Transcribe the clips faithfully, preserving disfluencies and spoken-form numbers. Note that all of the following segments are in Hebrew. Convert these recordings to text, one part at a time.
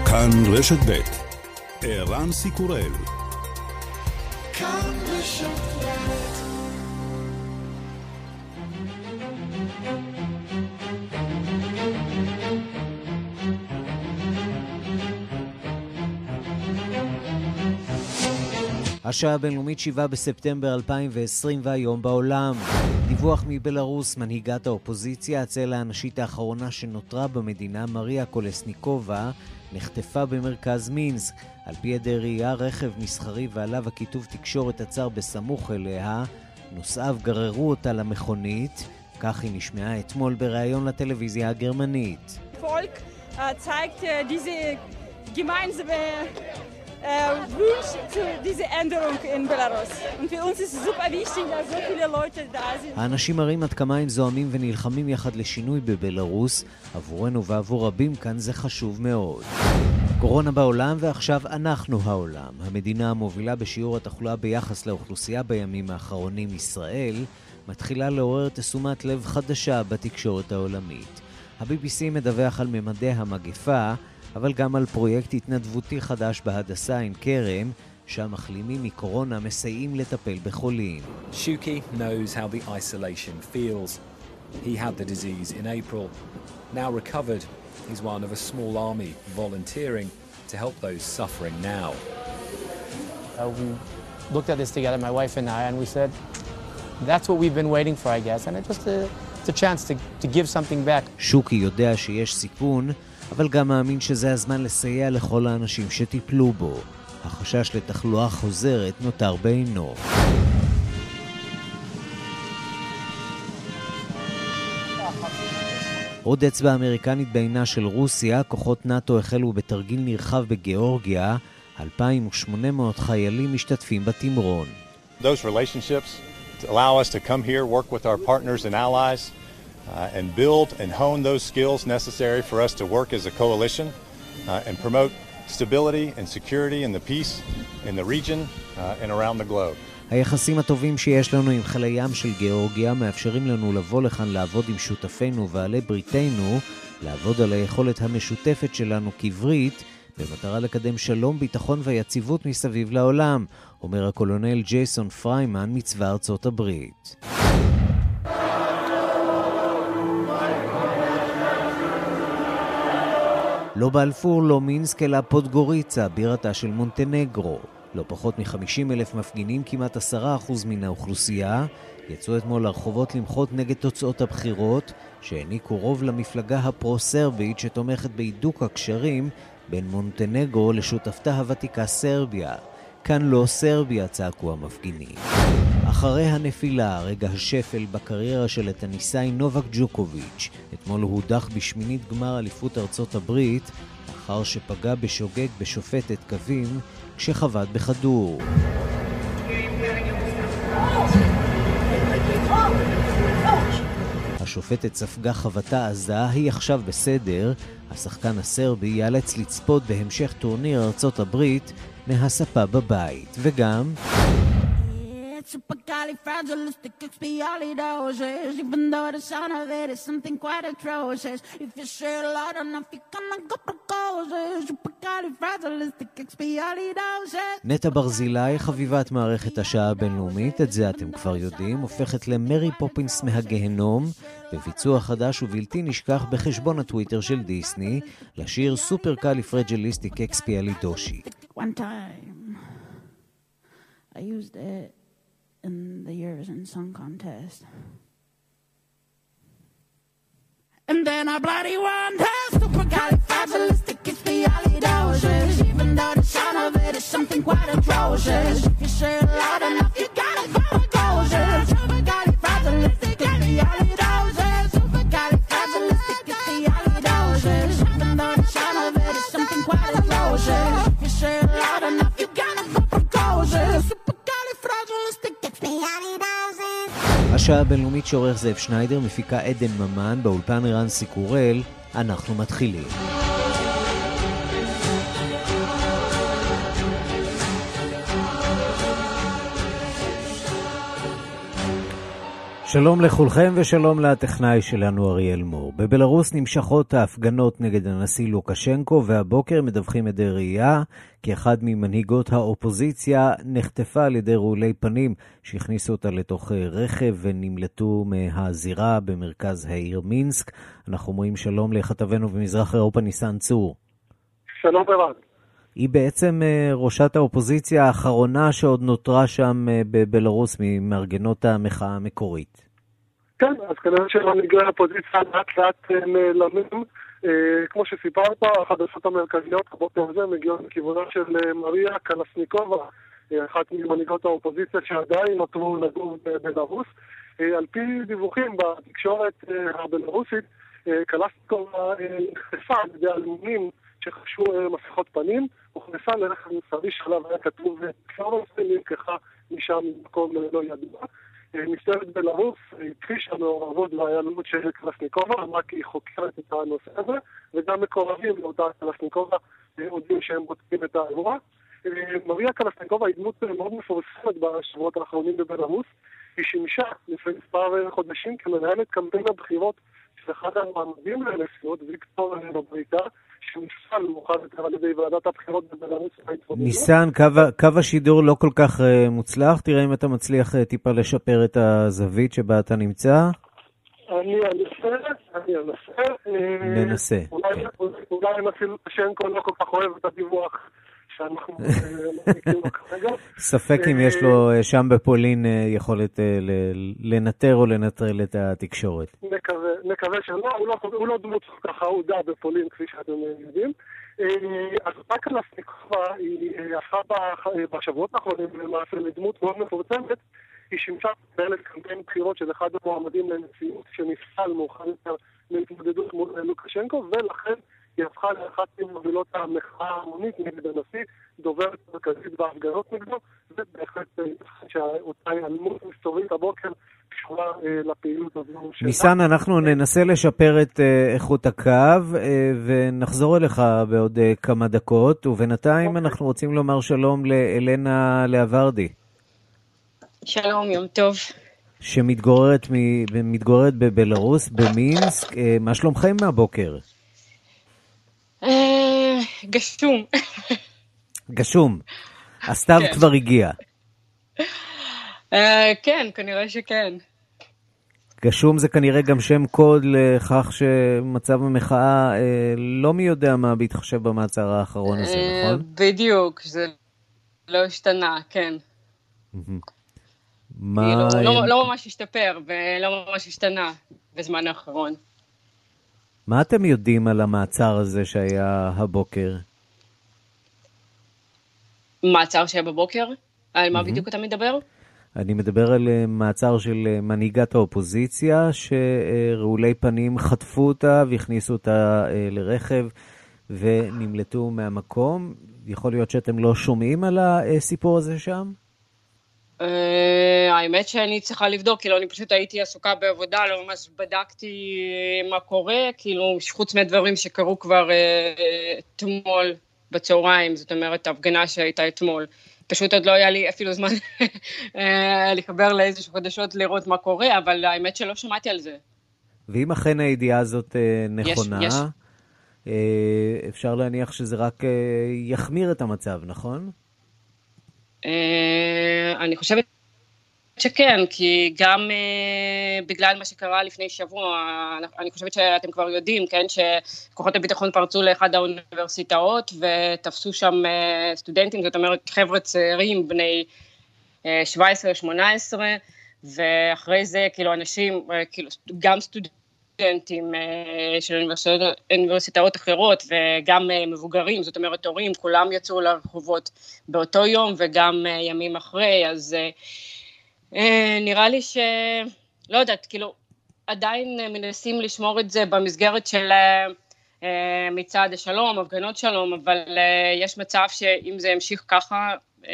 כאן רשת ב' ערן סיקורל. כאן רשת ב'. השעה הבינלאומית שבעה בספטמבר אלפיים ועשרים והיום בעולם. דיווח מבלרוס, מנהיגת האופוזיציה, הצלע הנשית האחרונה שנותרה במדינה, מריה קולסניקובה, נחטפה במרכז מינסק. על פי עדי ראייה, רכב מסחרי ועליו הכיתוב תקשורת עצר בסמוך אליה. נוסעיו גררו אותה למכונית. כך היא נשמעה אתמול בראיון לטלוויזיה הגרמנית. Volk zeigt diese gemeinsame Wunsch zu dieser Änderung in Belarus. Und für uns ist es super wichtig, dass so viele Leute da sind. האנשים מראים עד כמה הם זועמים ונלחמים יחד לשינוי בבלרוס. עבורנו ועבור רבים כאן זה חשוב מאוד. קורונה בעולם ועכשיו אנחנו העולם. המדינה המובילה בשיעור התחלואה ביחס לאוכלוסייה בימים האחרונים, ישראל, מתחילה לעורר תשומת לב חדשה בתקשורת העולמית. ה-בי בי סי מדווח על ממדי המגפה, אבל גם על פרויקט התנדבותי חדש בהדסה עין כרם, שהמחלימים מקורונה מסייעים לטפל בחולים. Shuki knows how the isolation feels. He had the disease in April. Now recovered, he's one of a small army volunteering to help those suffering now. Uh, we looked at this together, my wife and I, and we said, that's what we've been waiting for, I guess. And it's just a, it's a chance to, to give something back. שוקי יודע שיש סיכון, אבל גם מאמין שזה הזמן לסייע לכל האנשים שטיפלו בו. החשש לתחלואה חוזרת נותר בעינו. עוד אצבע אמריקנית בעינה של רוסיה, כוחות נאטו החלו בתרגיל נרחב בגיאורגיה, אלפיים ושמונה מאות חיילים משתתפים בתמרון. Those relationships allow us to come here, work with our partners and allies. Uh, and build and hone those skills necessary for us to work as a coalition uh, and promote stability and security and the peace in the region uh, and around the globe. היחסים הטובים שיש לנו עם חיל הים של גיאורגיה מאפשרים לנו לבוא לכאן לעבוד עם שותפינו ועלי בריתנו, לעבוד על היכולת המשותפת שלנו כברית, במטרה לקדם שלום, ביטחון ויציבות מסביב לעולם, אומר הקולונל ג'ייסון פריימן מצבא ארצות הברית. לא באלפור, לא מינסק, אלא פודגוריצה, בירתה של מונטנגרו. לא פחות מ-חמישים אלף מפגינים, כמעט עשרה אחוז מן האוכלוסייה, יצאו אתמול לרחובות למחות נגד תוצאות הבחירות, שהעניקו רוב למפלגה הפרו-סרבית שתומכת בהידוק הקשרים בין מונטנגרו לשותפתה הוותיקה סרביה. כאן לא סרביה, צעקו המפגינים. אחרי הנפילה, רגע השפל בקריירה של הטניסאי נובק ג'וקוביץ'. אתמול הוא הודח בשמינית גמר אליפות ארצות הברית, לאחר שפגע בשוגג בשופטת קווים כשחבט בכדור. השופטת ספגה חבטה עזה, היא עכשיו בסדר. השחקן הסרבי ייאלץ לצפות בהמשך טורניר ארצות הברית מהספה בבית. וגם supercalifragilisticexpialidocious, even though the sound of it is something quite atrocious. If you share a lot enough, you gonna go precocious. Supercalifragilisticexpialidocious. נטע ברזילי, חביבת מערכת השעה הבינלאומית, את זה אתם כבר יודעים, הופכת למרי פופינס מהגהנום, בביצוע חדש ובלתי נשכח בחשבון הטוויטר של דיסני, לשיר סופרקליפרג'ליסטיקספיאלידושי. One time, I used it in the Eurovision Song Contest. And then I bloody won the supercalifragilisticexpialidocious, even though the sound of it is something quite atrocious. If you say it loud enough, you gotta go precocious. Supercalifragilisticexpialidocious, supercalifragilisticexpialidocious, even though the sound of it is something quite atrocious. If you say it loud enough, you gotta go precocious. השעה הבינלאומית שעורך זאב שניידר, מפיקה עדן ממן, באולפן ערן סיקורל. אנחנו מתחילים. שלום לכולכם ושלום לטכנאי שלנו אריאל מור. בבלרוס נמשכות ההפגנות נגד הנשיא לוקשנקו, והבוקר מדווחים עדי ראייה כי אחד ממנהיגות האופוזיציה נחטפה על ידי רעולי פנים שהכניסו אותה לתוך רכב ונמלטו מהזירה במרכז העיר מינסק. אנחנו אומרים שלום לכתבנו במזרח אירופה ניסן צור. שלום ברן. היא בעצם ראשת האופוזיציה האחרונה שעוד נותרה שם בבלרוס ממארגנות המחאה המקורית. כן, אז כנראה שמנהיגי האופוזיציה לאט לאט נעלמים. כמו שסיפרת, החדשות המרכזיות הבוקר הזה מגיעות לכיוונה של מריה קלסניקובה, אחת ממנהיגות האופוזיציה שעדיין נותרו לגור בבלרוס. על פי דיווחים בתקשורת הבלרוסית, קלסניקובה נחטפה על ידי אלמונים שחשו מסכות פנים, הוכנסה לרכב מסבי שעליו היה כתוב כפר נלקחה משם במקום לא ידוע. משטרת בלרוס הכחישה מעורבות וההיעלמות של קלסניקובה, אמרה כי היא חוקרת את הנושא הזה, וגם מקורבים לאותה קלסניקובה הודיעו שהם בודקים את האירוע. מריה קלסניקובה היא דמות מאוד מפורסמת בשבועות האחרונים בבלרוס. היא שימשה לפני מספר חודשים כמנהלת קמפיין הבחירות של אחד המועמדים לנשיאות, ויקטור בבריטה, שנפסל מאוחר יותר על ידי ועדת הבחירות בבלרוס. ניסן, קו השידור לא כל כך מוצלח, תראה אם אתה מצליח טיפה לשפר את הזווית שבה אתה נמצא. אני אנסה, אני אנסה. ננסה. אולי הנשיא לוקשנקו לא כל כך אוהב את הדיווח שאנחנו מכירים כרגע. ספק אם יש לו שם בפולין יכולת לנטר או לנטרל את התקשורת. נקווה שלא, הוא לא דמות ככה אהודה בפולין כפי שאתם יודעים. אז אותה קלסניקובה היא הפכה בשבועות האחרונים למעשה לדמות מאוד מפורסמת. היא שימשה בעלת קמפיין בחירות של אחד המועמדים לנשיאות שנפסל מאוחר יותר להתמודדות מול לוקשנקו, ולכן היא הפכה לאחת ממובילות המחאה ההמונית נגד הנשיא, דוברת מרכזית בהפגנות נגדו, ובהחלט שאותה היעלמות מסתורית הבוקר קשורה לפעילות הזו. ניסן, אנחנו ננסה לשפר את איכות הקו ונחזור אליך בעוד כמה דקות, ובינתיים אנחנו רוצים לומר שלום לאלנה לאברדי. שלום, יום טוב. שמתגוררת מתגוררת בבלרוס, במינסק. מה שלומכם מהבוקר? גשום. גשום. הסתיו כבר הגיע. כן, כנראה שכן. גשום זה כנראה גם שם קוד לכך שמצב המחאה לא מי יודע מה בהתחשב במעצר האחרון הזה, נכון? בדיוק, זה לא השתנה, כן. לא ממש השתפר ולא ממש השתנה בזמן האחרון. מה אתם יודעים על המעצר הזה שהיה הבוקר? מעצר שהיה בבוקר? על מה בדיוק אתה מדבר? אני מדבר על מעצר של מנהיגת האופוזיציה, שרעולי פנים חטפו אותה והכניסו אותה לרכב ונמלטו מהמקום. יכול להיות שאתם לא שומעים על הסיפור הזה שם? האמת שאני צריכה לבדוק, כאילו אני פשוט הייתי עסוקה בעבודה, לא ממש בדקתי מה קורה, כאילו חוץ מהדברים שקרו כבר אתמול בצהריים, זאת אומרת ההפגנה שהייתה אתמול, פשוט עוד לא היה לי אפילו זמן לחבר לאיזשהו חדשות לראות מה קורה, אבל האמת שלא שמעתי על זה. ואם אכן הידיעה הזאת נכונה, יש, יש. אפשר להניח שזה רק יחמיר את המצב, נכון? אני חושבת שכן, כי גם uh, בגלל מה שקרה לפני שבוע, אני חושבת שאתם כבר יודעים, כן, שכוחות הביטחון פרצו לאחד האוניברסיטאות ותפסו שם uh, סטודנטים, זאת אומרת חבר'ה צעירים בני uh, שבע עשרה שמונה עשרה, ואחרי זה כאילו אנשים, uh, כאילו גם סטודנטים uh, של אוניברסיטאות, אוניברסיטאות אחרות וגם uh, מבוגרים, זאת אומרת הורים, כולם יצאו לרחובות באותו יום וגם uh, ימים אחרי, אז uh, Uh, נראה לי ש... לא יודעת, כאילו, עדיין uh, מנסים לשמור את זה במסגרת של uh, uh, מצעד השלום, הפגנות שלום, אבל uh, יש מצב שאם זה ימשיך ככה, uh,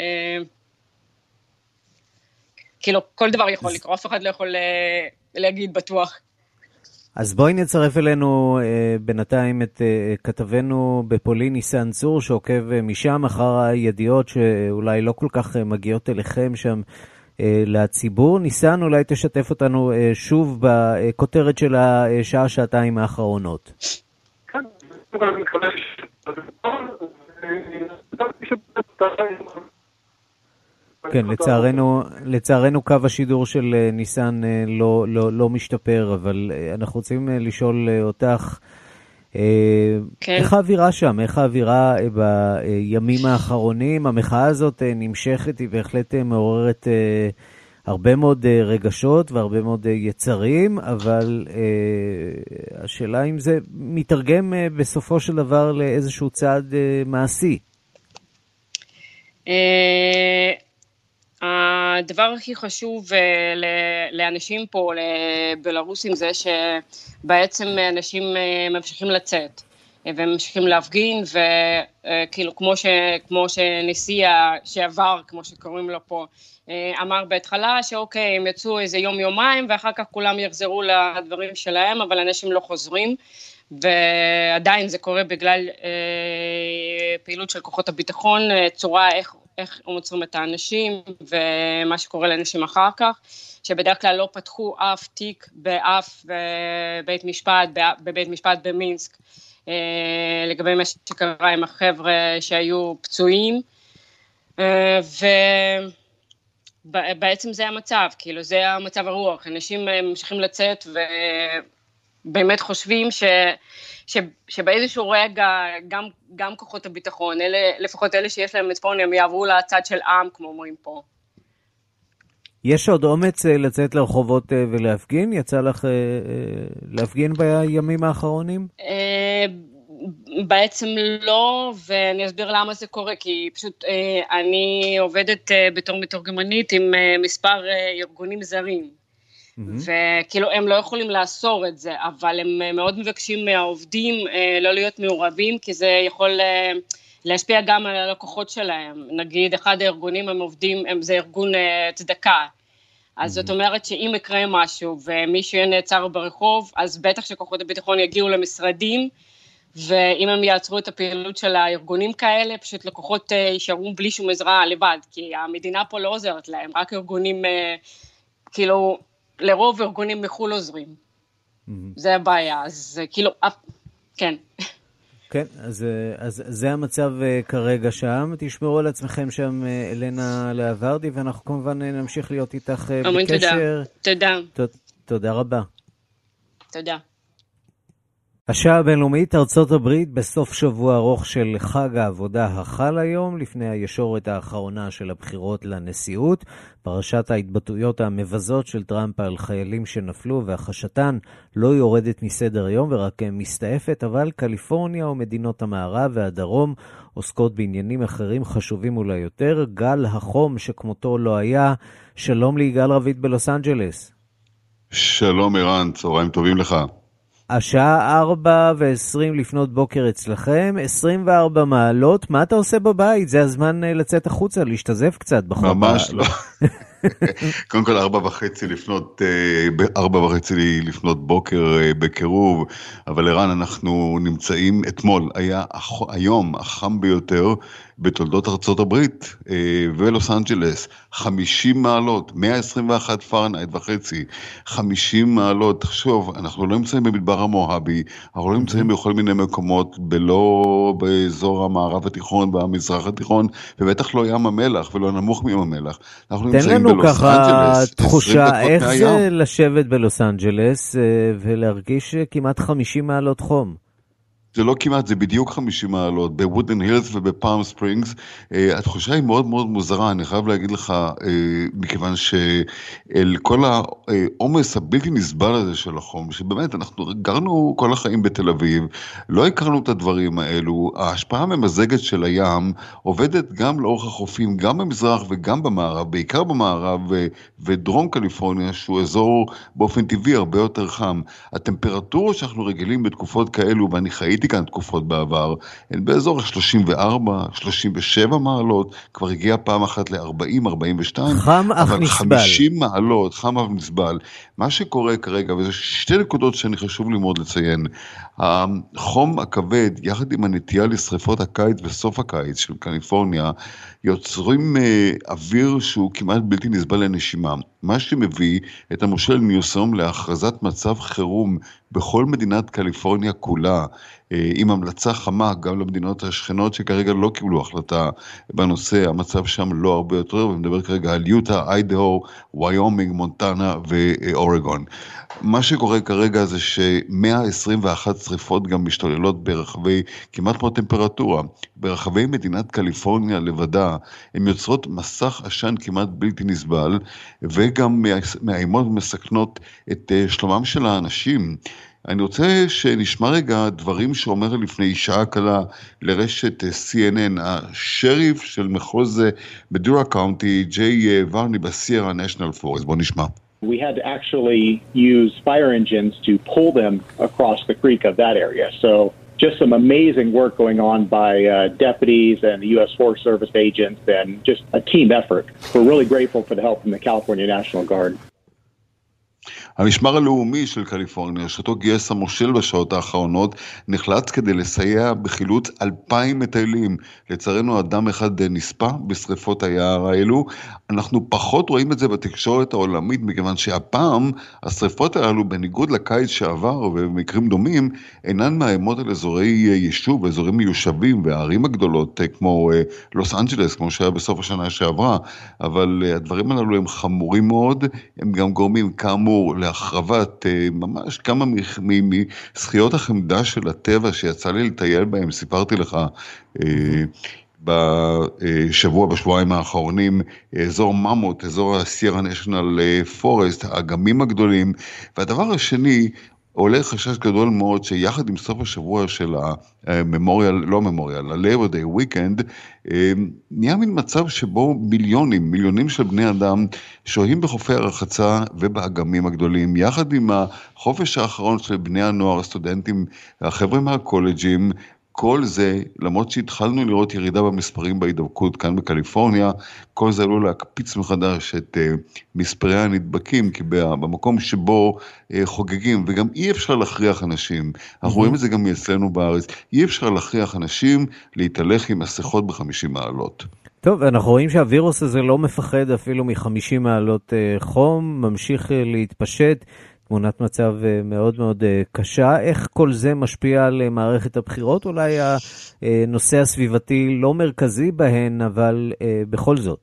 כאילו, כל דבר יכול לקרות, אף אחד לא יכול uh, להגיד בטוח. אז בואי נצרף אלינו uh, בינתיים את uh, כתבנו בפולין ניסן צור, שעוקב uh, משם אחר הידיעות שאולי לא כל כך uh, מגיעות אליכם שם, לציבור. ניסן, אולי תשתף אותנו שוב בכותרת של השעה, שעתיים האחרונות. כן, אני מקווה כן, לצערנו, לצערנו קו השידור של ניסן לא, לא, לא משתפר, אבל אנחנו רוצים לשאול אותך, כן. איך האווירה שם? איך האווירה בימים האחרונים? המחאה הזאת נמשכת, היא בהחלט מעוררת הרבה מאוד רגשות והרבה מאוד יצרים, אבל השאלה אם זה מתרגם בסופו של דבר לאיזשהו צעד מעשי. הדבר הכי חשוב לאנשים פה, לבלרוסים, זה שבעצם אנשים ממשיכים לצאת, והם ממשיכים להפגין, וכאילו כמו ש, כמו שנשיא שעבר, כמו שקוראים לו פה, אמר בהתחלה שאוקיי, הם יצאו איזה יום יומיים, ואחר כך כולם יחזרו לדברים שלהם, אבל אנשים לא חוזרים, ועדיין זה קורה בגלל פעילות של כוחות הביטחון, צורה איך, איך עוצרים את האנשים, ומה שקורה לאנשים אחר כך, שבדרך כלל לא פתחו אף תיק באף בית משפט, בבית משפט במינסק, לגבי מה שקרה עם החבר'ה שהיו פצועים, ובעצם זה המצב, כאילו זה המצב הרוח, אנשים ממשיכים לצאת ובאמת חושבים ש... ש, שבאיזשהו רגע גם, גם כוחות הביטחון, אלה, לפחות אלה שיש להם מצפון, הם יעברו לצד של עם, כמו אומרים פה. יש עוד אומץ לצאת לרחובות ולהפגין? יצא לך להפגין בימים האחרונים? בעצם לא, ואני אסביר למה זה קורה, כי פשוט אני עובדת בתור מתורגמנית עם מספר ארגונים זרים. וכאילו הם לא יכולים לאסור את זה, אבל הם מאוד מבקשים מהעובדים לא להיות מעורבים, כי זה יכול להשפיע גם על הלקוחות שלהם. נגיד אחד הארגונים הם עובדים, הם, זה ארגון צדקה, אז זאת אומרת שאם יקרה משהו ומישהו יהיה נעצר ברחוב, אז בטח שכוחות הביטחון יגיעו למשרדים, ואם הם יעצרו את הפעילות של הארגונים כאלה, פשוט לקוחות יישארו בלי שום עזרה לבד, כי המדינה פה לא עוזרת להם, רק ארגונים כאילו לרוב ארגונים מחול עוזרים. זה הבעיה, אז כאילו, כן. כן, אז, אז זה המצב כרגע שם. תשמרו על עצמכם שם, אלנה להוורדי, ואנחנו כמובן נמשיך להיות איתך בקשר. תודה. תודה. תודה רבה. תודה. השעה הבינלאומית, ארצות הברית בסוף שבוע ארוך של חג העבודה החל היום, לפני הישורת האחרונה של הבחירות לנשיאות, פרשת ההתבטאויות המבזות של טראמפ על חיילים שנפלו והחשתן לא יורדת מסדר היום ורק מסתעפת, אבל קליפורניה ומדינות המערב והדרום עוסקות בעניינים אחרים חשובים אולי יותר. גל החום שכמותו לא היה. שלום ליגאל רביד בלוס אנג'לס. שלום ערן, צהריים טובים לך. השעה ארבע ועשרים לפנות בוקר אצלכם, עשרים וארבע מעלות. מה אתה עושה בבית? זה הזמן לצאת החוצה, להשתזף קצת בחום. ממש לא. קודם כל ארבע וחצי לפנות, ארבע וחצי לפנות בוקר בקירוב, אבל ערן, אנחנו נמצאים, אתמול היה היום החם ביותר בתולדות ארצות הברית ולוס אנג'לס, חמישים מעלות, מאה עשרים ואחת פרנהייט וחצי, חמישים מעלות. תחשוב, אנחנו לא נמצאים במדבר המוהבי, אנחנו לא נמצאים בכל מיני מקומות, בלא באזור המערב התיכון, במזרח התיכון, ובטח לא ים המלח ולא נמוך מים המלח. אנחנו נמצאים בלוס אנג'לס, תחושה איך זה לשבת בלוס אנג'לס ולהרגיש כמעט חמישים מעלות חום. זה לא כמעט, זה בדיוק חמישים מעלות, בוודן הילס ובפארם ספרינגס. התחושה היא מאוד מאוד מוזרה, אני חייב להגיד לך, מכיוון שאל כל העומס הבלתי נסבל הזה של החום, שבאמת אנחנו גרנו כל החיים בתל אביב, לא הכרנו את הדברים האלו, ההשפעה הממזגת של הים עובדת גם לאורך החופים, גם במזרח וגם במערב, בעיקר במערב ודרום קליפורניה, שהוא אזור באופן טבעי הרבה יותר חם. הטמפרטורה שאנחנו רגילים בתקופות כאלו, ואני חייתי הייתי כאן תקופות בעבר, הן באזור שלושים וארבע, שלושים ושבע מעלות, כבר הגיע פעם אחת ל-ארבעים, ארבעים ושתיים, חם אך נסבל. אבל חמישים מעלות, חם אך נסבל. מה שקורה כרגע, וזה שתי נקודות שאני חשוב לי מאוד לציין, החום הכבד, יחד עם הנטייה לשריפות הקיץ וסוף הקיץ של קליפורניה, יוצרים אה, אוויר שהוא כמעט בלתי נסבל לנשימה. מה שמביא את המושל ניוסום להכרזת מצב חירום בכל מדינת קליפורניה כולה, אה, עם המלצה חמה גם למדינות השכנות שכרגע לא קיבלו החלטה בנושא. המצב שם לא הרבה יותר, ומדבר כרגע על יוטה, איידהו, ויומינג, מונטנה ואורגון. מה שקורה כרגע זה ש-מאה עשרים ואחת שריפות גם משתוללות ברחבי, כמעט כמו טמפרטורה, ברחבי מדינת קליפורניה לבדה, הן יוצרות מסך עשן כמעט בלתי נסבל, וגם מאיימות ומסכנות את שלומם של האנשים. אני רוצה שנשמע רגע דברים שאומר לפני שעה קלה לרשת סי אן אן, השריף של מחוז מדורה קאונטי, ג'יי ורני בסיירה נשיונל פורסט. בוא נשמע. We had to actually use fire engines to pull them across the creek of that area. So just some amazing work going on by uh, deputies and the U S Forest Service agents, and just a team effort. We're really grateful for the help from the California National Guard. המשמר הלאומי של קליפורניה, שאותו גייס המושל בשעות האחרונות, נחלץ כדי לסייע בחילוץ אלפיים מטיילים. לצערנו אדם אחד נספה בשריפות היער האלו. אנחנו פחות רואים את זה בתקשורת העולמית, מכיוון שהפעם השריפות האלו, בניגוד לקיץ שעבר ובמקרים דומים, אינן מאיימות על אזורי יישוב, אזורים מיושבים והערים הגדולות, כמו לוס אנג'לס, כמו שהיה בסוף השנה שעברה. אבל הדברים האלו הם חמורים מאוד, הם גם גורמים כאמור להחרבת ממש כמה משחיות החמדה של הטבע שיצא לי לטייל בהם. סיפרתי לך בשבוע, בשבועיים האחרונים, אזור ממוט, אזור הסיירה נשיונל פורסט, האגמים הגדולים. והדבר השני, עולה חשש גדול מאוד שיחד עם סוף השבוע של הממוריאל, לא ממוריאל, ה-Labor Day Weekend, נהיה מין מצב שבו מיליונים, מיליונים של בני אדם שוהים בחופי הרחצה ובאגמים הגדולים, יחד עם החופש האחרון של בני הנוער, הסטודנטים, החבר'ה מהקולג'ים. כל זה, למרות שהתחלנו לראות ירידה במספרים בהידבקות כאן בקליפורניה, כל זה עלול להקפיץ מחדש את uh, מספרי הנדבקים, כי במקום שבו uh, חוגגים, וגם אי אפשר להכריח אנשים, אנחנו רואים את זה גם אצלנו בארץ, אי אפשר להכריח אנשים להתהלך עם מסכות ב-חמישים מעלות. טוב, אנחנו רואים שהווירוס הזה לא מפחד אפילו מ-חמישים מעלות uh, חום, ממשיך uh, להתפשט, תמונת מצב מאוד מאוד קשה. איך כל זה משפיע על מערכת הבחירות? אולי הנושא הסביבתי לא מרכזי בהן, אבל בכל זאת.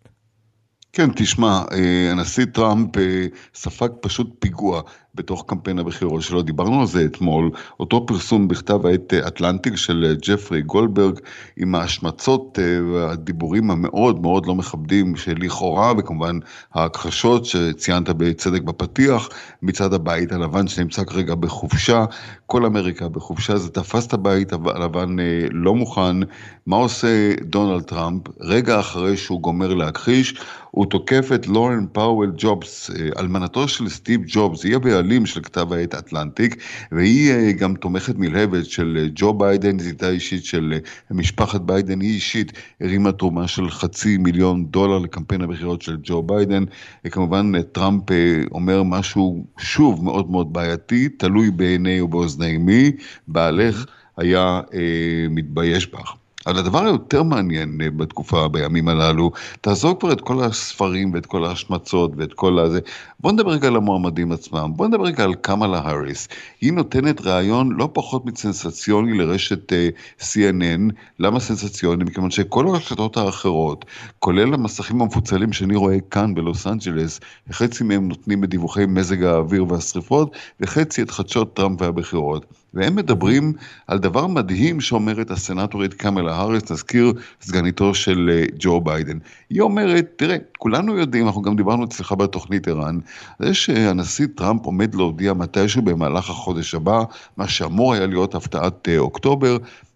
כן, תשמע, הנשיא טראמפ ספג פשוט פיגוע בתוך קמפיין הבחירות שלו. דיברנו על זה אתמול, אותו פרסום בכתב העת אטלנטיק של ג'פרי גולדברג, עם ההשמצות והדיבורים המאוד מאוד לא מכבדים, שלכאורה, וכמובן ההכחשות שציינת בצדק בפתיח, מצד הבית הלבן שנמצא כרגע בחופשה, כל אמריקה בחופשה, זה תפס את הבית הלבן לא מוכן. מה עושה דונלד טראמפ? רגע אחרי שהוא גומר להכחיש, הוא תוקף את לורן פאוול ג'ובס, אלמנתו של סטיב ג'ובס, היא הבעלים של כתב העת אטלנטיק, והיא גם תומכת מלהבת של ג'ו ביידן, זיתה אישית של משפחת ביידן, היא אישית הרימה תרומה של חצי מיליון דולר לקמפיין הבחירות של ג'ו ביידן. כמובן טראמפ אומר משהו שוב מאוד מאוד בעייתי, תלוי בעיני ובאוזני מי, בעלך היה אה, מתבייש בך. אבל הדבר היותר מעניין בתקופה, בימים הללו, תעזור כבר את כל הספרים ואת כל ההשמצות ואת כל הזה. בוא נדבר רגע על המועמדים עצמם, בוא נדבר רגע על קמאלה האריס. היא נותנת רעיון לא פחות מסנסציוני לרשת סי אן אן. למה סנסציוני? מכיוון שכל הרשתות האחרות, כולל המסכים המפוצלים שאני רואה כאן בלוס אנג'לס, חצי מהם נותנים בדיווחי מזג האוויר והשריפות, וחצי את חדשות טראמפ והבחירות. והם מדברים על דבר מדהים שאומרת הסנטורית קמאלה האריס, נזכיר סגניתו של ג'ו ביידן. היא אומרת, תראה, כולנו יודעים, אנחנו גם דיברנו אצלך בתוכנית איראן, זה שהנשיא טראמפ עומד להודיע מתישהו במהלך החודש הבא, מה שאמור היה להיות הפתעת אוקטובר,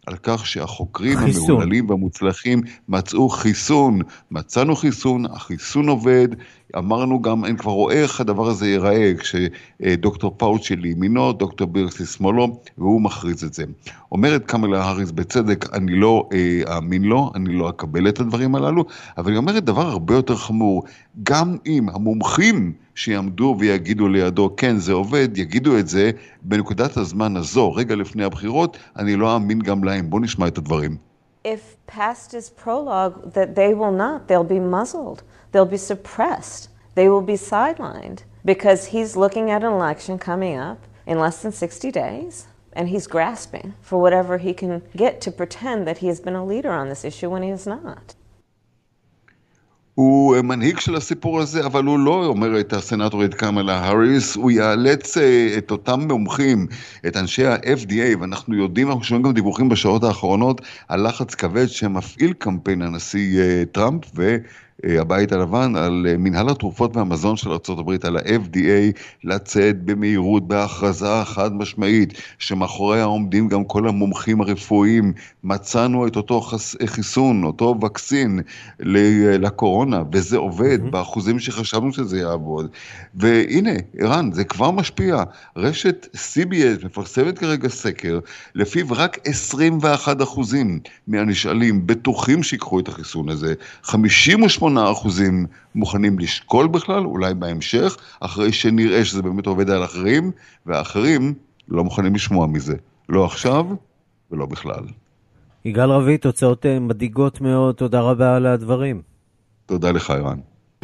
על כך שהחוקרים המעוללים והמוצלחים מצאו חיסון. מצאנו חיסון, החיסון עובד, אמרנו גם, אני כבר רואה איך הדבר הזה ייראה, כשדוקטור פאוצ'י לימינו, דוקטור בירסי שמאלו, והוא מכריז את זה. אומרת קמלה האריס בצדק, אני לא אאמין לו, אני לא אקבל את הדברים הללו, אבל היא אומרת דבר הרבה יותר חמור, גם אם המומחים שיעמדו ויגידו לידו, כן זה עובד, יגידו את זה, בנקודת הזמן הזו, רגע לפני הבחירות, אני לא אאמין גם להם. בוא נשמע את הדברים. If past is prologue, that they will not, they'll be muzzled. They'll be suppressed. They will be sidelined because he's looking at an election coming up in less than sixty days and he's grasping for whatever he can get to pretend that he has been a leader on this issue when he is not. הוא מנהיג של הסיפור הזה, אבל הוא לא, אומרת הסנטורית קמלה האריס, הוא יאלץ את אותם מומחים, את אנשי ה-אף די איי, ואנחנו יודעים, אנחנו שומעים גם דיווחים בשעות האחרונות, על לחץ כבד שמפעיל קמפיין הנשיא טראמפ ו... הבית הלבן, על מנהל התרופות והמזון של ארצות הברית, על ה-אף די איי, לצאת במהירות בהכרזה חד משמעית, שמאחוריה עומדים גם כל המומחים הרפואיים. מצאנו את אותו חיסון, אותו וקסין לקורונה, וזה עובד mm-hmm. באחוזים שחשבנו שזה יעבוד. והנה, ערן, זה כבר משפיע. רשת סי בי אס מפרסמת כרגע סקר, לפיו רק עשרים ואחד אחוזים מהנשאלים בטוחים שיקחו את החיסון הזה, חמישים ושמונה אחוזים מוכנים לשקול בכלל, אולי בהמשך, אחרי שנראה שזה באמת עובד על אחרים, והאחרים לא מוכנים לשמוע מזה. לא עכשיו ולא בכלל. יגאל רביד, תוצאות מדאיגות מאוד, תודה רבה על הדברים. תודה לך, ערן.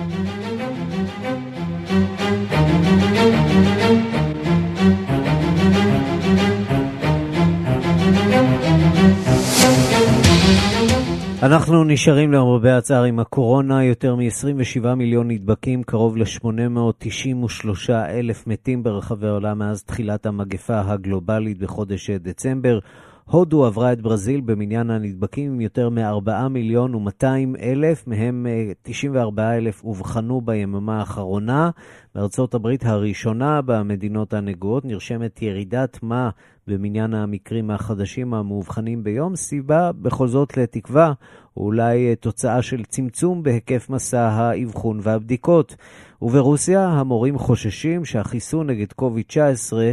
אנחנו נשארים למרבה הצער עם הקורונה, יותר מ-עשרים ושבעה מיליון נדבקים, קרוב ל-שמונה מאות תשעים ושלושה אלף מתים ברחבי העולם מאז תחילת המגפה הגלובלית בחודש דצמבר. הודו עברה את ברזיל במניין הנדבקים עם יותר מ-ארבעה מיליון ומאתיים אלף, מהם תשעים וארבעה אלף אובחנו ביממה האחרונה. בארצות הברית הראשונה במדינות הנגועות נרשמת ירידת מה במניין המקרים החדשים המאובחנים ביום, סיבה בכל זאת לתקווה, אולי תוצאה של צמצום בהיקף מסע האבחון והבדיקות. וברוסיה המורים חוששים שהחיסון נגד קוביד תשע עשרה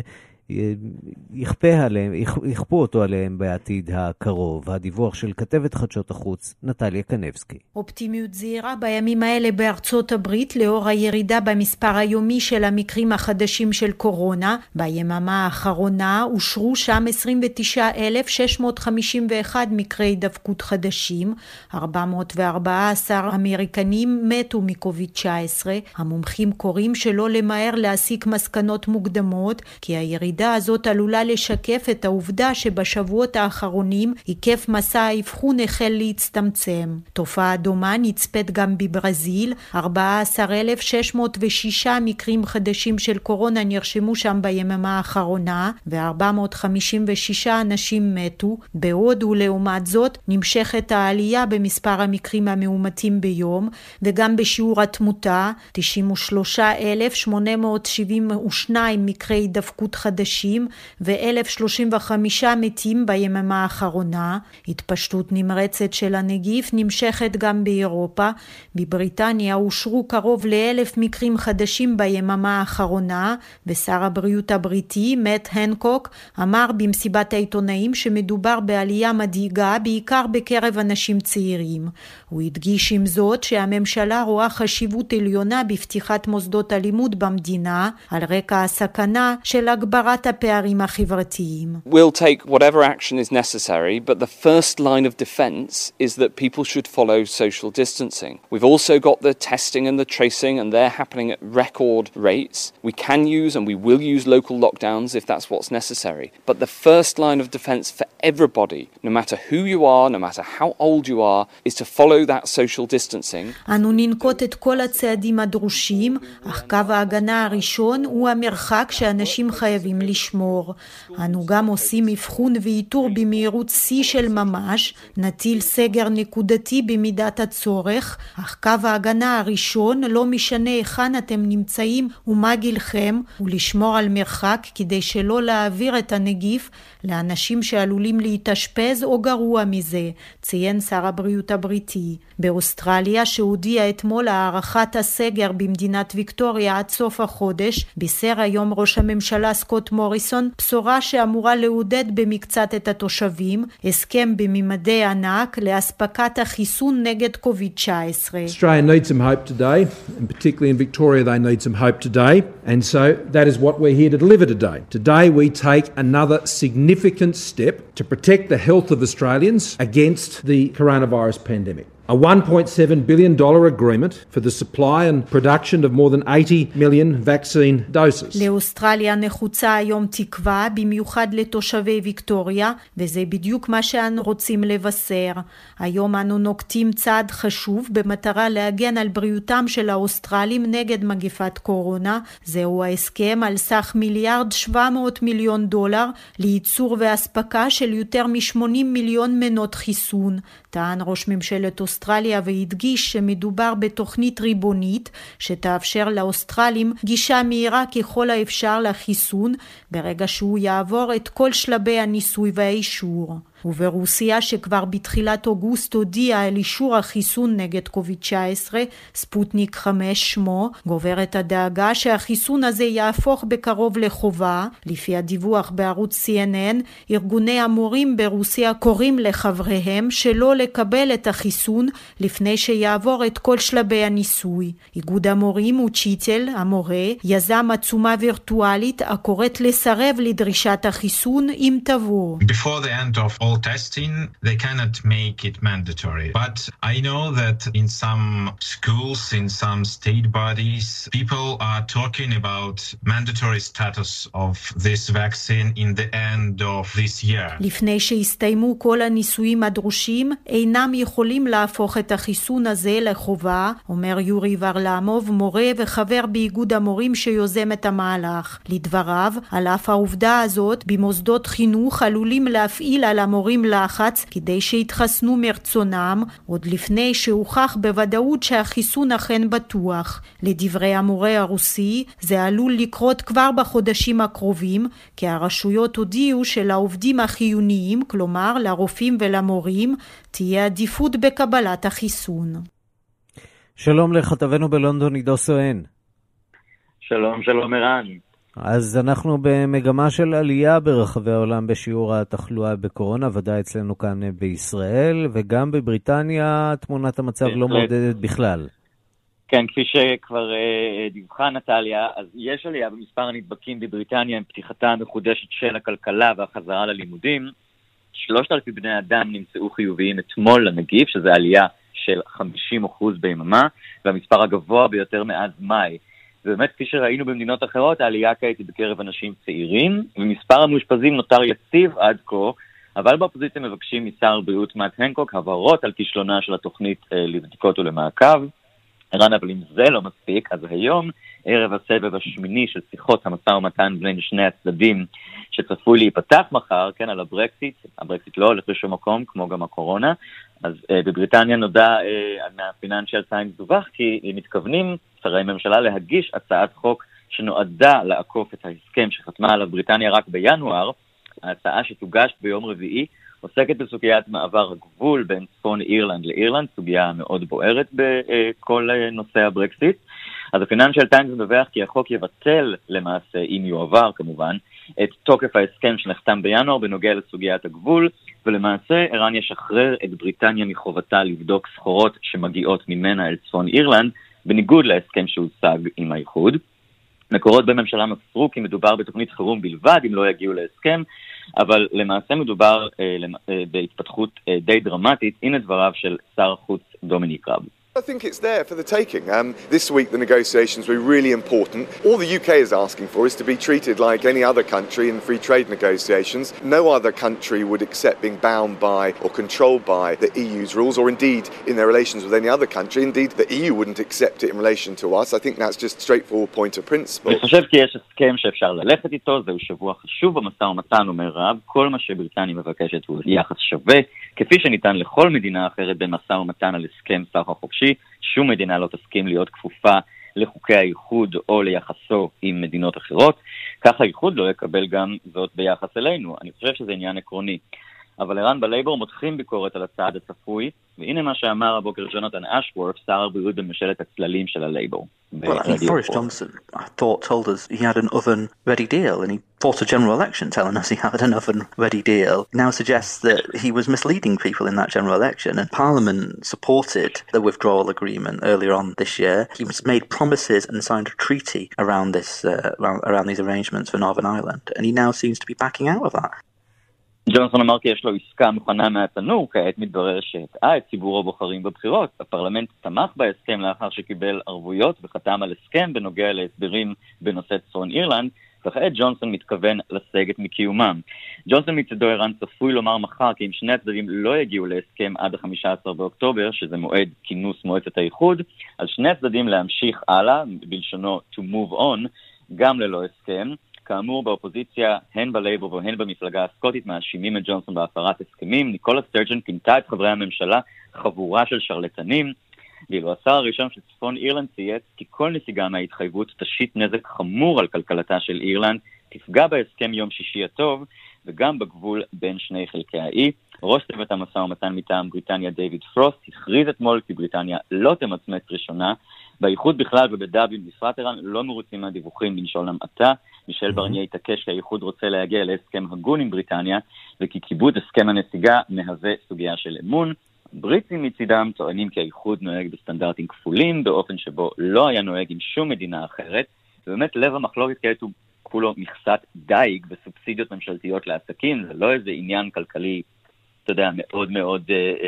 יכפה עליהם, יכפו אותו עליהם בעתיד הקרוב. הדיווח של כתבת חדשות החוץ, נטליה קנבסקי. אופטימיות זהירה בימים האלה בארצות הברית, לאור הירידה במספר היומי של המקרים החדשים של קורונה. ביממה האחרונה אושרו שם עשרים ותשעה אלף שש מאות חמישים ואחד מקרי דבקות חדשים, ארבע מאות וארבע עשרה אמריקנים מתו מקוביד תשע עשרה. המומחים קוראים שלא למהר להסיק מסקנות מוקדמות, כי הירידה הירידה הזאת עלולה לשקף את העובדה שבשבועות האחרונים היקף מסע האבחון החל להצטמצם. תופעה דומה נצפית גם בברזיל, ארבעה עשר אלף שש מאות ושישה מקרים חדשים של קורונה נרשמו שם ביממה האחרונה, ו-ארבע מאות חמישים ושישה אנשים מתו. בהודו לעומת זאת נמשכת העלייה במספר המקרים המאומתים ביום, וגם בשיעור התמותה, תשעים ושלושה אלף שמונה מאות שבעים ושניים מקרי דבקות חדשים ו-אלף שלושים וחמישה מתים ביממה האחרונה. התפשטות נמרצת של הנגיף נמשכת גם באירופה. בבריטניה אושרו קרוב לאלף מקרים חדשים ביממה האחרונה, ושר הבריאות הבריטי מאט הנקוק אמר במסיבת העיתונאים שמדובר בעלייה מדאיגה בעיקר בקרב אנשים צעירים. הוא הדגיש עם זאת שהממשלה רואה חשיבות עליונה בפתיחת מוסדות הלימוד במדינה על רקע הסכנה של הגברת הפערים החברתיים. We'll take whatever action is necessary, but the first line of defense is that people should follow social distancing. We've also got the testing and the tracing, and they're happening at record rates. We can use and we will use local lockdowns if that's what's necessary. But the first line of defense for everybody, no matter who you are, no matter how old you are, is to follow that social distancing. אנו ננקוט את כל הצעדים הדרושים, אך קו ההגנה הראשון הוא המרחק שאנשים חייבים לשמור. אנו גם עושים מבחון ואיתור במהירות שיא של ממש, נטיל סגר נקודתי במידת הצורך, אך קו ההגנה הראשון לא משנה היכן אתם נמצאים ומה גילכם, ולשמור על מרחק כדי שלא להעביר את הנגיף לאנשים שעלולים להתאשפז או גרוע מזה, ציין שר הבריאות הבריטי. באוסטרליה, שהודיעה אתמול הארכת הסגר במדינת ויקטוריה עד סוף החודש, בישר היום ראש הממשלה סקוט מוריסון בשורה שאמורה לעודד במקצת את התושבים, הסכם בממדי ענק להספקת החיסון נגד קוביד תשע עשרה. Australia needs some hope today, and particularly in Victoria they need some hope today, and so that is what we're here to deliver today. Today we take another significant step to protect the health of Australians against the coronavirus pandemic. A one point seven billion dollars agreement for the supply and production of more than eighty million vaccine doses. לאוסטרליה נחוצה היום תקווה, במיוחד לתושבי ויקטוריה, וזה בדיוק מה שאנו רוצים לבשר. היום אנו נוקטים צעד חשוב במטרה להגן על בריאותם של האוסטרלים נגד מגפת קורונה. זהו ההסכם על סך מיליארד שבע מאות מיליון דולר לייצור והספקה של יותר מ-שמונים מיליון מנות חיסון. טען ראש ממשלת אוסטרליה והדגיש שמדובר בתוכנית ריבונית שתאפשר לאוסטרלים גישה מהירה ככל האפשר לחיסון ברגע שהוא יעבור את כל שלבי הניסוי והאישור. וברוסיה שכבר בתחילת אוגוסט הודיעה על אישור החיסון נגד קוביד תשע עשרה, ספוטניק חמש שמו, גוברת הדאגה שהחיסון הזה יהפוך בקרוב לחובה. לפי הדיווח בערוץ סי אן אן, ארגוני המורים ברוסיה קוראים לחבריהם שלא לקבל את החיסון לפני שיעבור את כל שלבי הניסוי. איגוד המורים וצ'יטל, המורה, יזם עצומה וירטואלית הקוראת לסרב לדרישת החיסון אם תבוא. Before the end of all testing, they cannot make it mandatory. But I know that in some schools, in some state bodies, people are talking about mandatory status of this vaccine in the end of this year. לפני שהסתיימו כל הניסויים הדרושים, אינם יכולים להפוך את החיסון הזה לחובה, אומר יורי ורלמוב, מורה וחבר באיגוד המורים שיוזם את המהלך. לדבריו, על אף העובדה הזאת, במוסדות חינוך עלולים להפעיל על המורים לחץ כדי שיתחסנו מרצונם, עוד לפני שהוכח בוודאות שהחיסון אכן בטוח. לדברי המורה הרוסי, זה עלול לקרות כבר בחודשים הקרובים, כי הרשויות הודיעו שלעובדים החיוניים, כלומר לרופאים ולמורים, תהיה עדיפות בקבלת החיסון. שלום לכתבנו בלונדון עידו סואן. שלום, שלום ערן. אז אנחנו במגמה של עלייה ברחבי העולם בשיעור התחלואה בקורונה, ודאי אצלנו כאן בישראל, וגם בבריטניה תמונת המצב לא מעודדת בכלל. כן, כפי שכבר דיווחה נטליה, אז יש עלייה במספר הנדבקים בבריטניה עם פתיחתה המחודשת של הכלכלה והחזרה ללימודים. שלושת אלפים בני אדם נמצאו חיוביים אתמול לנגיף, שזה עלייה של חמישים אחוז ביממה, והמספר הגבוה ביותר מאז מאי. ובאמת, כפי שראינו במדינות אחרות, העלייה כעת היא בקרב אנשים צעירים, ומספר המאושפזים נותר יציב עד כה, אבל באופוזיציה מבקשים משר הבריאות מאט הנקוק הבהרות על כישלונה של התוכנית אה, לבדיקות ולמעקב. ערן, אבל אם זה לא מספיק, אז היום, ערב הסבב השמיני של שיחות המשא ומתן בין שני הצדדים שצפוי להיפתח מחר, כן, על הברקסיט, הברקסיט לא הולך לשום מקום, כמו גם הקורונה, אז אה, בבריטניה נודע אה, מהפיננשיאל טיימס דווח, כי הם מתכוונים, שרי ממשלה, להגיש הצעת חוק שנועדה לעקוף את ההסכם שחתמה עליו בריטניה רק בינואר. ההצעה שתוגש ביום רביעי עוסקת בסוגיית מעבר הגבול בין צפון אירלנד לאירלנד, סוגיה מאוד בוערת בכל נושא הברקסיט. אז הפיננשיאל טיימס מדווח כי החוק יבטל למעשה, אם יועבר כמובן, את תוקף ההסכם שנחתם בינואר בנוגע לסוגיית הגבול, ולמעשה איראן ישחרר את בריטניה מחובתה לבדוק סחורות שמגיעות ממנה אל צפון אירלנד, בניגוד להסכם שהושג עם האיחוד. מקורות בממשלה מסרו כי מדובר בתוכנית חירום בלבד, אם לא יגיעו להסכם, אבל למעשה מדובר אה, אה, בהתפתחות אה, די דרמטית. הנה דבריו של שר החוץ דומיניק ראב. I think it's there for the taking. Um, this week the negotiations were really important. All the U K is asking for is to be treated like any other country in free trade negotiations. No other country would accept being bound by or controlled by the E U's rules, or indeed in their relations with any other country. Indeed, the E U wouldn't accept it in relation to us. I think that's just a straightforward point of principle. אני חושב כי יש הסכם שאפשר ללכת איתו, זהו שבוע חשוב במשא ומתן, אומר רב, כל מה שבריטניה מבקשת הוא יחס שווה, כפי שניתן לכל מדינה אחרת במשא ומתן על הסכם סחר חופשי. שום מדינה לא תסכים להיות כפופה לחוקי האיחוד או ליחסו עם מדינות אחרות, כך האיחוד לא יקבל גם זאת ביחס אלינו. אני חושב שזה עניין עקרוני. אבל איראן בלייבור מותחים ביקורת על הצעד הצפוי, והנה מה שאמר הבוקר ג'ונתן אשוורת, שר הבריאות בממשלת הצללים של הלייבור. Well, I think Boris Johnson, I thought, told us he had an oven-ready deal, and he fought a general election telling us he had an oven-ready deal. Now suggests that he was misleading people in that general election, and Parliament supported the withdrawal agreement earlier on this year. He was made promises and signed a treaty around this, uh, around, around these arrangements for Northern Ireland, and he now seems to be backing out of that. ג'ונסון אמר כי יש לו עסקה מוכנה מהתנור, כעת מתברר שהטעה את ציבור הבוחרים בבחירות. הפרלמנט תמך בהסכם לאחר שקיבל ערבויות וחתם על הסכם בנוגע להסדרים בנושא צפון אירלנד, וכעת ג'ונסון מתכוון לסגת מקיומם. ג'ונסון מצדו איראן צפוי לומר מחר כי אם שני הצדדים לא יגיעו להסכם עד ה-חמישה עשר באוקטובר, שזה מועד כינוס מועצת האיחוד, על שני הצדדים להמשיך הלאה, בלשונו to move on, גם ללא הסכם. כאמור באופוזיציה, הן בלייבור והן במפלגה הסקוטית, מאשימים את ג'ונסון בהפרת הסכמים. ניקולה סטרג'ן כינתה את חברי הממשלה חבורה של שרלטנים, ואילו השר הראשון של צפון אירלנד צייץ כי כל נסיגה מההתחייבות תשית נזק חמור על כלכלתה של אירלנד, תפגע בהסכם יום שישי הטוב, וגם בגבול בין שני חלקי האי. ראש צוות המשא ומתן מטעם בריטניה דיוויד פרוסט הכריז אתמול כי בריטניה לא תמצמץ ראשונה. באיחוד בכלל ובדאבין בפרט איראן לא מרוצים מהדיווחים בנשול המעטה. מישל ברניה התעקש שהאיחוד רוצה להגיע להסכם הגון עם בריטניה, וכי כיבוד הסכם הנסיגה מהווה סוגיה של אמון. בריטים מצידם טוענים כי האיחוד נוהג בסטנדרטים כפולים, באופן שבו לא היה נוהג עם שום מדינה אחרת, ובאמת לב המחלוקת כעת הוא כולו מכסת דייג וסובסידיות ממשלתיות לעסקים, זה לא איזה עניין כלכלי, אתה יודע, מאוד מאוד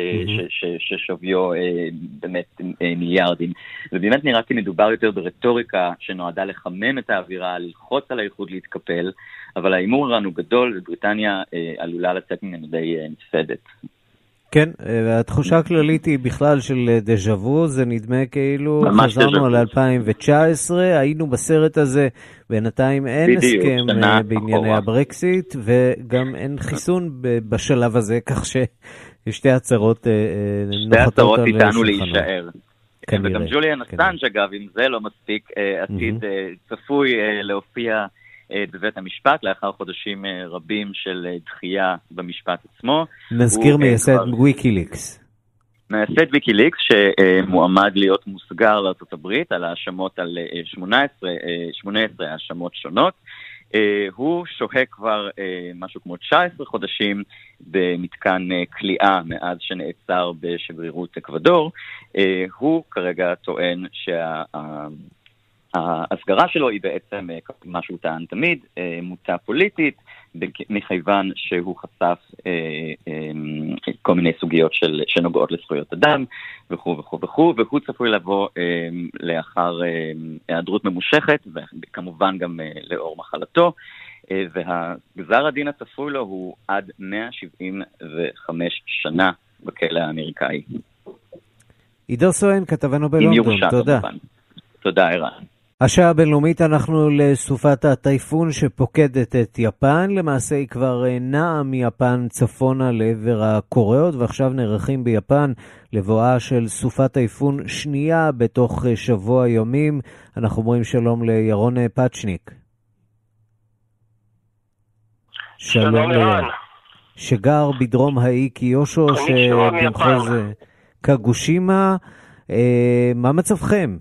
ששוויו באמת מיליארדים. ובאמת נראה כי מדובר יותר ברטוריקה שנועדה לחמם את האווירה, ללחוץ על האיחוד להתקפל, אבל האימור לנו גדול, ובריטניה עלולה לצאת ממנו די נפסדת. כן, והתחושה הכללית היא בכלל של דז'אבו, זה נדמה כאילו חזרנו על אלפיים תשע עשרה, היינו בסרט הזה, בינתיים אין הסכם בענייני הברקסיט, וגם אין חיסון בשלב הזה, כך ששתי הצהרות נוחתות על שולחנו. שתי הצהרות איתנו להישאר. וגם ג'וליאן אסנג' אגב, אם זה לא מספיק, עתיד צפוי להופיע בבית המשפט לאחר חודשים רבים של דחייה במשפט עצמו. נזכיר מייסד וויקיליקס. מייסד וויקיליקס שמועמד להיות מוסגר לארצות הברית על האשמות על שמונה עשרה האשמות שונות. הוא שוהה כבר משהו כמו תשע עשרה חודשים במתקן כליאה מאז שנעצר בשגרירות אקוודור. הוא כרגע טוען שה... ההסגרה שלו היא בעצם משהו טען תמיד, מוטה פוליטית, מכיוון שהוא חשף כל מיני סוגיות של, שנוגעות לזכויות אדם, וכו' וכו' וכו', והוא צפוי לבוא לאחר היעדרות ממושכת, וכמובן גם לאור מחלתו, והגזר הדין הצפוי לו הוא עד מאה שבעים וחמש שנה בכלא האמריקאי. עידו סואן, כתבנו בלונדון, תודה. תודה, ערן. השעה הבינלאומית, אנחנו לסופת הטייפון שפוקדת את יפן. למעשה היא כבר נעה מיפן צפונה לעבר הקוריאות, ועכשיו נערכים ביפן לבואה של סופת טייפון שנייה בתוך שבוע ימים. אנחנו אומרים שלום לירון פצ'ניק. שלום לירון. שגר בדרום האי קיושו שבמחוז קגושימה. מה מצבכם?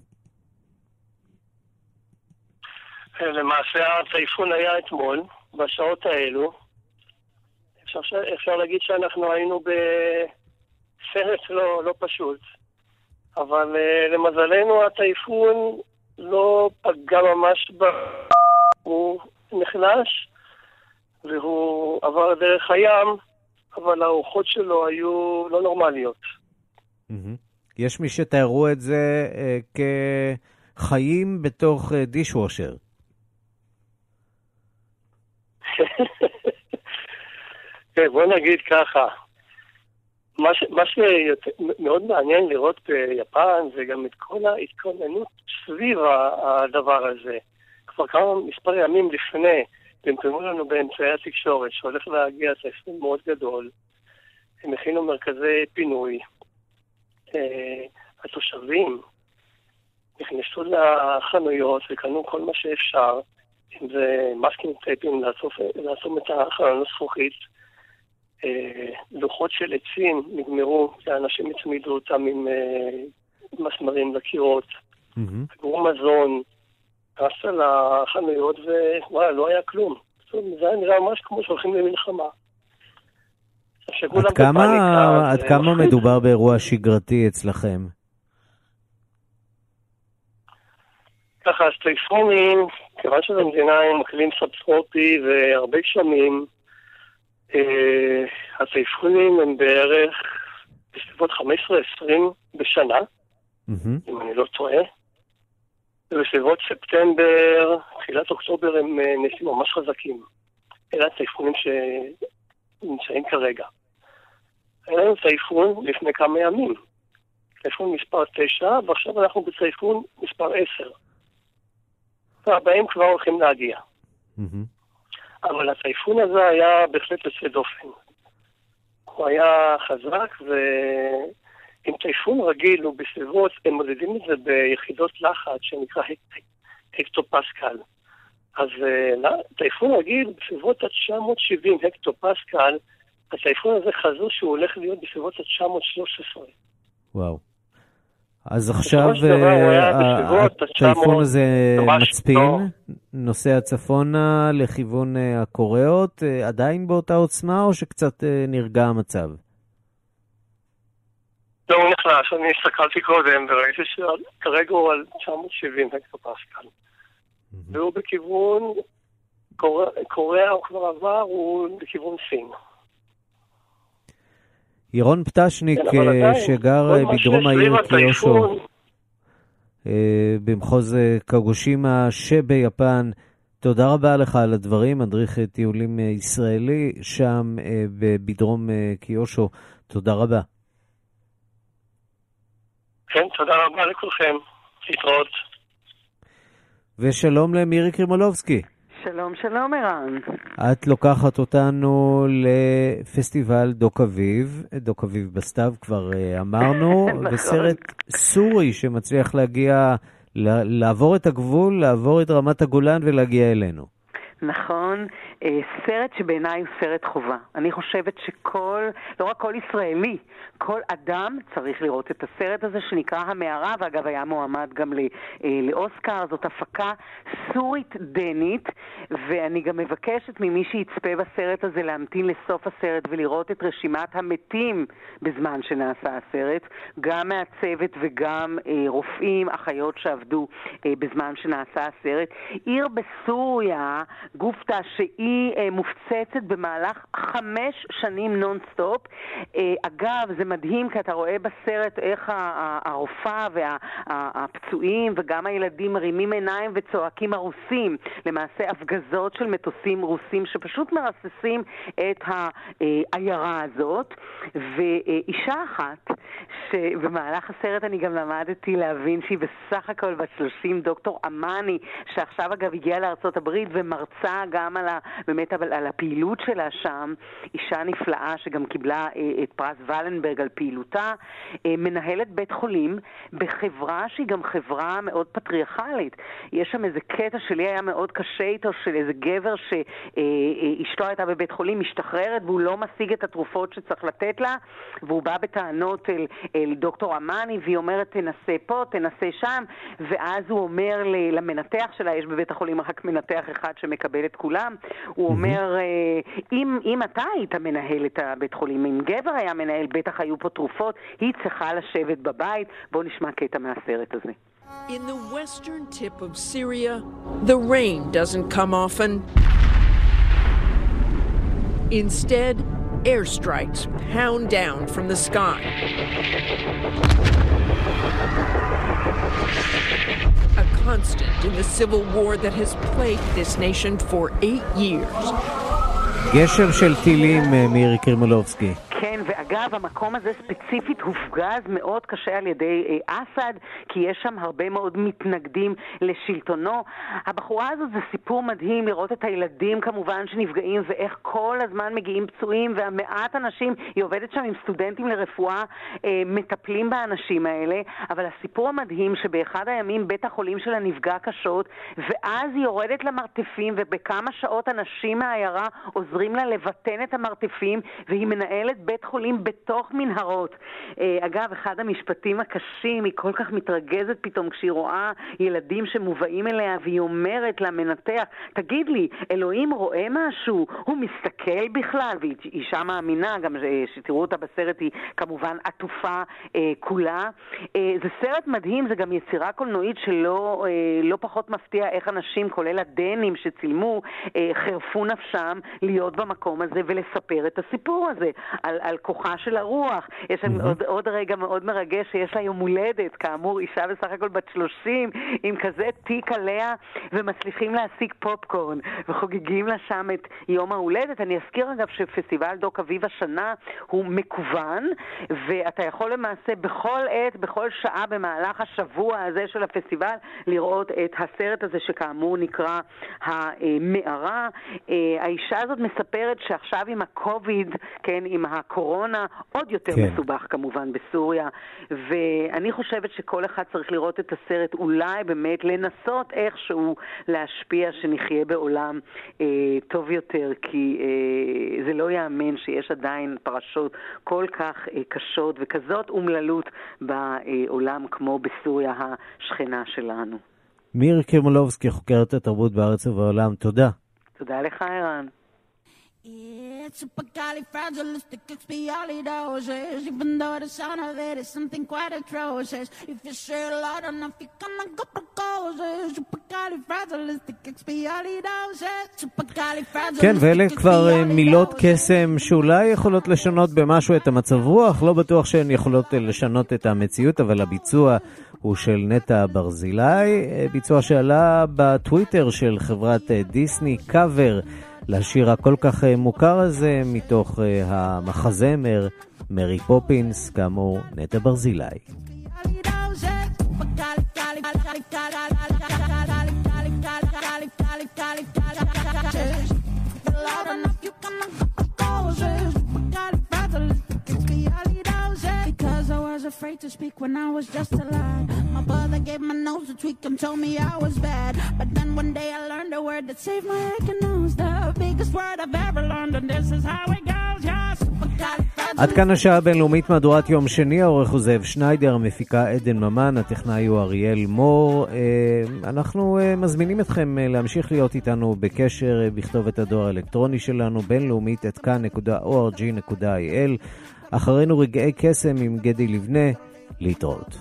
למעשה הטייפון היה אתמול, בשעות האלו. אפשר, אפשר להגיד שאנחנו היינו בסרט לא, לא פשוט. אבל למזלנו הטייפון לא פגע ממש ב... הוא נחלש, והוא עבר דרך הים, אבל האורחות שלו היו לא נורמליות. יש מי שתארו את זה אה, כחיים בתוך אה, דישוואשר. בוא נגיד ככה, מה, ש, מה שמאוד מעניין לראות ביפן זה גם את כל ההתכוננות סביב הדבר הזה. כבר כמה מספר ימים לפני, הם פרמו לנו באמצעי התקשורת שהולך להגיע ספר מאוד גדול, הם הכינו מרכזי פינוי, התושבים נכנסו לחנויות וקנו כל מה שאפשר, אם זה מסקינג טייפים לעצום את החלון הזכוכית, לוחות של עצים נגמרו, שאנשים הצמידו אותם עם מסמרים לקירות, גרו מזון, נכנסה לחנויות וואלה, לא היה כלום. זה היה נראה ממש כמו שהולכים למלחמה. עד כמה, עד כמה מדובר באירוע שגרתי אצלכם? ככה, אז טייפונים, כיוון שזה מדינה עם אקלים סובטרופי והרבה גשמים, אה, הטייפונים הם בערך בסביבות חמש עשרה עשרים בשנה, mm-hmm. אם אני לא טועה. ובסביבות ספטמבר, תחילת אוקטובר הם נעשים ממש חזקים. אלה הטייפונים שנמצאים כרגע. היה לנו טייפון לפני כמה ימים. טייפון מספר תשע, ועכשיו אנחנו בטייפון מספר עשר. והבאים כבר הולכים להגיע. Mm-hmm. אבל הטייפון הזה היה בהחלט יוצא דופן. הוא היה חזק, ועם טייפון רגיל הוא בסביבות, הם מודדים את זה ביחידות לחץ שנקרא הקטופסקל. אז טייפון רגיל בסביבות ה-תשע מאות שבעים הקטופסקל, הטייפון הזה חזו שהוא הולך להיות בסביבות ה-תשע מאות שלוש עשרה. וואו. אז עכשיו הטייפון הזה מצפין, נוסע צפונה לכיוון הקוריאות, עדיין באותה עוצמה או שקצת נרגע המצב? לא, הוא נחלש, אני הסתכלתי קודם וראיתי שכרגע הוא על תשע מאות שבעים הקטופסקל. והוא בכיוון, קוריאה הוא כבר עבר, הוא בכיוון סין. ירון פטשניק, שגר בדרום העיר קיושו, במחוז קגושימה שביפן, תודה רבה לך על הדברים, מדריך טיולים ישראלי שם בדרום קיושו, תודה רבה. כן, תודה רבה לכולכם, להתראות. ושלום למירי קרימולובסקי. שלום, שלום ערן. את לוקחת אותנו לפסטיבל דוק אביב, דוק אביב בסתיו כבר אמרנו, וסרט סורי שמצליח להגיע, לעבור את הגבול, לעבור את רמת הגולן ולהגיע אלינו. נכון, סרט שבעיניי הוא סרט חובה. אני חושבת שכל, לא רק כל ישראלי, כל אדם צריך לראות את הסרט הזה שנקרא המערה, ואגב היה מועמד גם לאוסקר, זאת הפקה סורית דנית, ואני גם מבקשת ממי שיצפה בסרט הזה להמתין לסוף הסרט ולראות את רשימת המתים בזמן שנעשה הסרט, גם מהצוות וגם רופאים, אחיות שעבדו בזמן שנעשה הסרט. עיר בסוריה, גופתה שהיא אה, מופצצת במהלך חמש שנים נונסטופ. אה, אגב, זה מדהים כי אתה רואה בסרט איך הרופאה והפצועים וגם הילדים מרימים עיניים וצועקים הרוסים. למעשה הפגזות של מטוסים רוסים שפשוט מרססים את העיירה הזאת. ואישה אחת שבמהלך הסרט אני גם למדתי להבין שהיא בסך הכל בת שלושים, דוקטור אמני, שעכשיו אגב הגיעה לארצות הברית ומרצה גם על, ה, באמת, על הפעילות שלה שם, אישה נפלאה שגם קיבלה את פרס ולנברג על פעילותה, מנהלת בית חולים בחברה שהיא גם חברה מאוד פטריארכלית. יש שם איזה קטע שלי היה מאוד קשה איתו, של איזה גבר שאשתו הייתה בבית חולים, משתחררת והוא לא משיג את התרופות שצריך לתת לה, והוא בא בטענות אל, אל דוקטור אמני, והיא אומרת תנסה פה, תנסה שם, ואז הוא אומר למנתח שלה, יש בבית החולים רק מנתח אחד שמקבל את כולם, הוא אומר, אם, אם אתה היית מנהל את הבית חולים, אם גבר היה מנהל, בטח היו פה תרופות, היא צריכה לשבת בבית. בואו נשמע קטע מהסרט הזה. In the western tip of Syria, the rain doesn't come often. Instead, airstrikes pound down from the sky. A constant in the civil war that has plagued this nation for eight years. גשם של טילים, מירי קרימולובסקי. כן, ואגב, המקום הזה ספציפית הופגז מאוד קשה על ידי אה, אסד, כי יש שם הרבה מאוד מתנגדים לשלטונו. הבחורה הזאת זה סיפור מדהים לראות את הילדים כמובן שנפגעים, ואיך כל הזמן מגיעים פצועים, והמעט אנשים, היא עובדת שם עם סטודנטים לרפואה, אה, מטפלים באנשים האלה, אבל הסיפור המדהים שבאחד הימים בית החולים שלה נפגע קשות, ואז היא יורדת למרתפים, ובכמה שעות אנשים מהעיירה עוזרים לה לבטן את המרתפים, והיא מנהלת בית חולים בתוך מנהרות. אגב, אחד המשפטים הקשים, היא כל כך מתרגזת פתאום כשהיא רואה ילדים שמובאים אליה, והיא אומרת למנתח, תגיד לי, אלוהים רואה משהו? הוא מסתכל בכלל? והיא אישה מאמינה, גם שתראו אותה בסרט, היא כמובן עטופה אה, כולה. אה, זה סרט מדהים, זה גם יצירה קולנועית שלא אה, לא פחות מפתיע איך אנשים, כולל הדנים שצילמו, אה, חרפו נפשם להיות במקום הזה ולספר את הסיפור הזה. על, על כוחה של הרוח. יש mm-hmm. עוד, עוד רגע מאוד מרגש שיש לה יום הולדת, כאמור אישה בסך הכל בת שלושים, עם כזה תיק עליה, ומצליחים להשיג פופקורן, וחוגגים לה שם את יום ההולדת. אני אזכיר אגב שפסטיבל דוק אביב השנה הוא מקוון, ואתה יכול למעשה בכל עת, בכל שעה במהלך השבוע הזה של הפסטיבל, לראות את הסרט הזה שכאמור נקרא המערה. האישה הזאת מספרת שעכשיו עם הקוביד, כן, עם הקורונה, עוד יותר כן. מסובך כמובן בסוריה, ואני חושבת שכל אחד צריך לראות את הסרט, אולי באמת לנסות איכשהו להשפיע שנחיה בעולם אה, טוב יותר, כי אה, זה לא יאמן שיש עדיין פרשות כל כך אה, קשות וכזאת אומללות בעולם כמו בסוריה השכנה שלנו. מירי קרימולובסקי, חוקרת התרבות בארץ ובעולם, תודה. תודה לך, ערן. It's supercalifragilisticexpialidocious. Even though the sound of it is something quite atrocious. If you share a lot enough, you're gonna go precocious. Supercalifragilisticexpialidocious. Supercalifragilisticexpialidocious. כן, ואלה כבר מילות קסם שאולי יכולות לשנות במשהו את המצב רוח. לא בטוח שהן יכולות לשנות את המציאות, אבל הביצוע הוא של נטע ברזילי. ביצוע שעלה בטוויטר של חברת דיסני, קאבר. לשיר הכל כך מוכר הזה מתוך המחזמר מרי פופינס, כאמור נטע ברזילי. Because I was afraid to speak when I was just a lad. My brother gave my nose a tweak and told me I was bad. But then one day I learned a word that saved my aching nose. The biggest word I've ever learned, and this is how it goes. Yeah, supercalifragilisticexpialidocious. עד כאן השעה הבינלאומית מהדורת יום שני, העורך הוא זאב שניידר, המפיקה עדן ממן, הטכנאי הוא אריאל מור. אנחנו מזמינים אתכם להמשיך להיות איתנו בקשר בכתובת הדואר האלקטרוני שלנו, בינלאומית את כאן נקודה או אר ג'י נקודה איי אל. אחרינו רגעי קסם עם גדי לבנה, להתראות.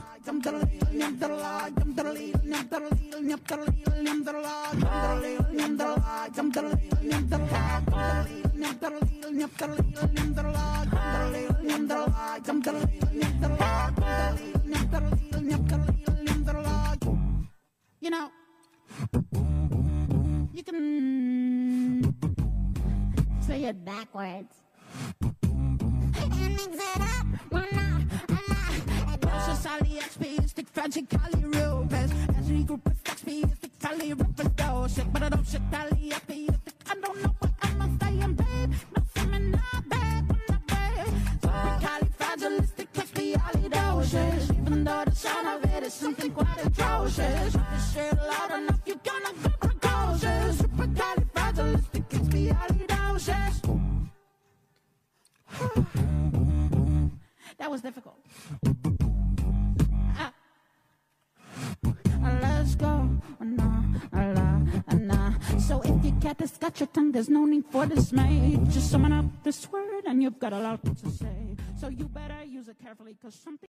You know, you can say it backwards. Fragically rubes as we group of expistic fally rupidosic, but I don't shit tally expistic. I don't know what I'm not saying, babe. No semen, not bad, not bad. Supercalifragilisticexpialidocious. Even though the sound of it is something quite atrocious. If you share a lot enough, you're gonna go precocious. Supercalifragilisticexpialidocious. That was difficult. Let's go. Nah, nah, nah. So if you can't got your tongue, there's no need for dismay. Just summon up this word and you've got a lot to say. So you better use it carefully, cause something